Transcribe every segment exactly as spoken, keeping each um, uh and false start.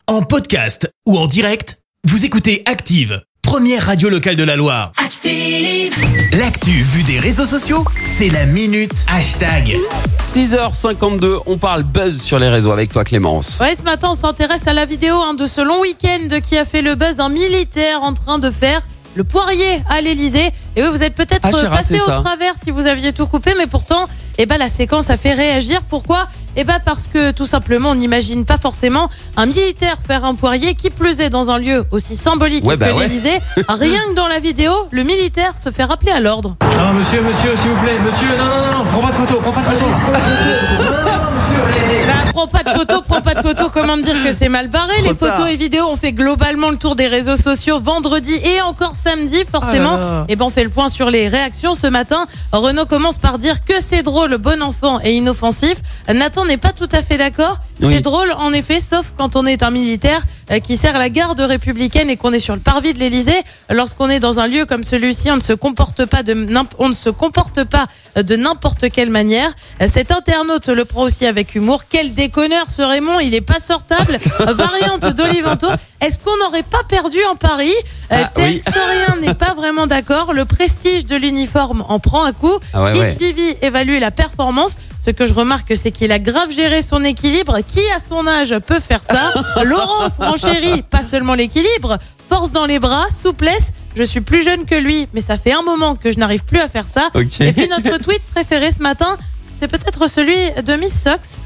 En podcast ou en direct, vous écoutez Active, première radio locale de la Loire. Active! L'actu vue des réseaux sociaux, c'est la minute hashtag. six heures cinquante-deux, on parle buzz sur les réseaux avec toi Clémence. Ouais, ce matin on s'intéresse à la vidéo hein, de ce long week-end qui a fait le buzz, un militaire en train de faire le poirier à l'Elysée. Et oui, vous êtes peut-être Ah, j'ai raté passé au ça. travers si vous aviez tout coupé, mais pourtant, eh ben, la séquence a fait réagir. Pourquoi ? Eh ben, parce que tout simplement, on n'imagine pas forcément un militaire faire un poirier, qui plus est dans un lieu aussi symbolique Ouais, bah que ouais. l'Elysée. Rien que dans la vidéo, le militaire se fait rappeler à l'ordre. Non, monsieur, monsieur, s'il vous plaît, monsieur, non, non, non, non, prends pas de photo, prends pas de photo. Non, non, non, monsieur, allez, allez. Bah, prends pas de photos, prends pas de photos, comment dire que c'est mal barré. Trop Les photos tard. et vidéos ont fait globalement le tour des réseaux sociaux vendredi et encore samedi, forcément. Ah là là. Et ben on fait le point sur les réactions ce matin. Renaud commence par dire que c'est drôle, bon enfant et inoffensif. Nathan n'est pas tout à fait d'accord. Oui. C'est drôle en effet, sauf quand on est un militaire euh, qui sert la garde républicaine et qu'on est sur le parvis de l'Elysée. Lorsqu'on est dans un lieu comme celui-ci, on ne se comporte pas de n'imp- on ne se comporte pas de n'importe quelle manière. Euh, Cet internaute le prend aussi avec humour. Quel déconneur ce Raymond, il est pas sortable. Variante d'Olivanto. Est-ce qu'on n'aurait pas perdu en Paris? Euh, Ah, oui. Textorien n'est pas vraiment d'accord. Le prestige de l'uniforme en prend un coup. Ah ouais, ouais. X Vivi évalue la performance. Ce que je remarque, c'est qu'il a grave géré son équilibre. Qui, à son âge, peut faire ça? Laurence renchérit, pas seulement l'équilibre, force dans les bras, souplesse. Je suis plus jeune que lui, mais ça fait un moment que je n'arrive plus à faire ça. Ok. Et puis notre tweet préféré ce matin, c'est peut-être celui de Miss Sox.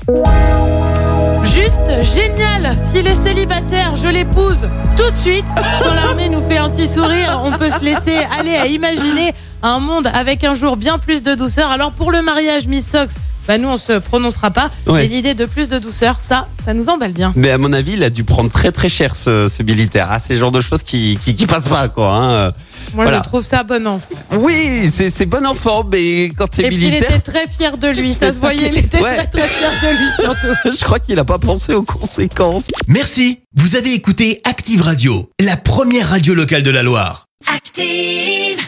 Juste génial. S'il est célibataire, je l'épouse tout de suite. Quand l'armée nous fait ainsi sourire, on peut se laisser aller à imaginer un monde avec un jour bien plus de douceur. Alors pour le mariage Miss Sox, bah nous on se prononcera pas. Ouais. Mais l'idée de plus de douceur, ça, ça nous emballe bien. Mais à mon avis, il a dû prendre très très cher ce, ce militaire. Ah, c'est le genre de choses qui, qui, qui passent pas quoi. Hein. Moi Voilà. je trouve ça bon enfant. Oui, c'est, c'est bon enfant, mais quand t'es Et puis il militaire, était très fier de lui, ça se voyait, il était Ouais. très très fier de lui surtout. je crois qu'il a pas pensé aux conséquences. Merci, vous avez écouté Active Radio, la première radio locale de la Loire. Active.